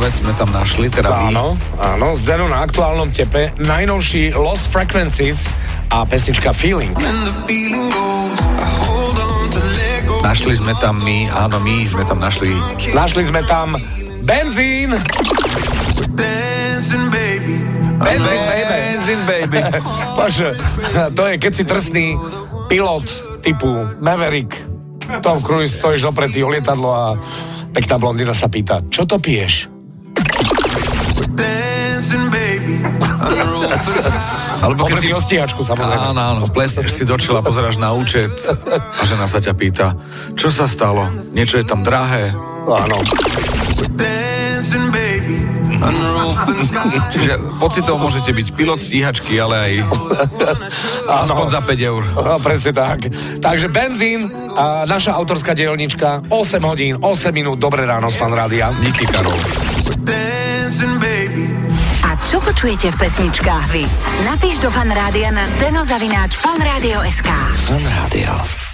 Duet sme tam našli, teda vy. Áno, z Denu na aktuálnom tepe. Najnovší Lost Frequencies a pesnička Feeling. Našli sme tam my sme tam našli. Našli sme tam Benzín. Benzín, baby. Bože, to je, keď si drsný pilot typu Maverick. Tom Cruise, stojíš opretý o lietadlo a pekná blondína sa pýta, čo to piješ? Alebo keď si o stíhačku, samozrejme. Áno, plesneš si do čela, pozeráš na účet a žena sa ťa pýta, čo sa stalo? Niečo je tam drahé? Áno. Čiže pocitov môžete byť pilot stíhačky, ale aj aspoň za 5 eur. No, presne tak. Takže Benzín, a naša autorská dielnička, 8 hodín, 8 minút, dobré ráno z Fan Rádia. Díky, Karol. A čo počujete v pesničkách vy? Napíš do Fan Rádia na steno@fanradio.sk. Fan Rádio.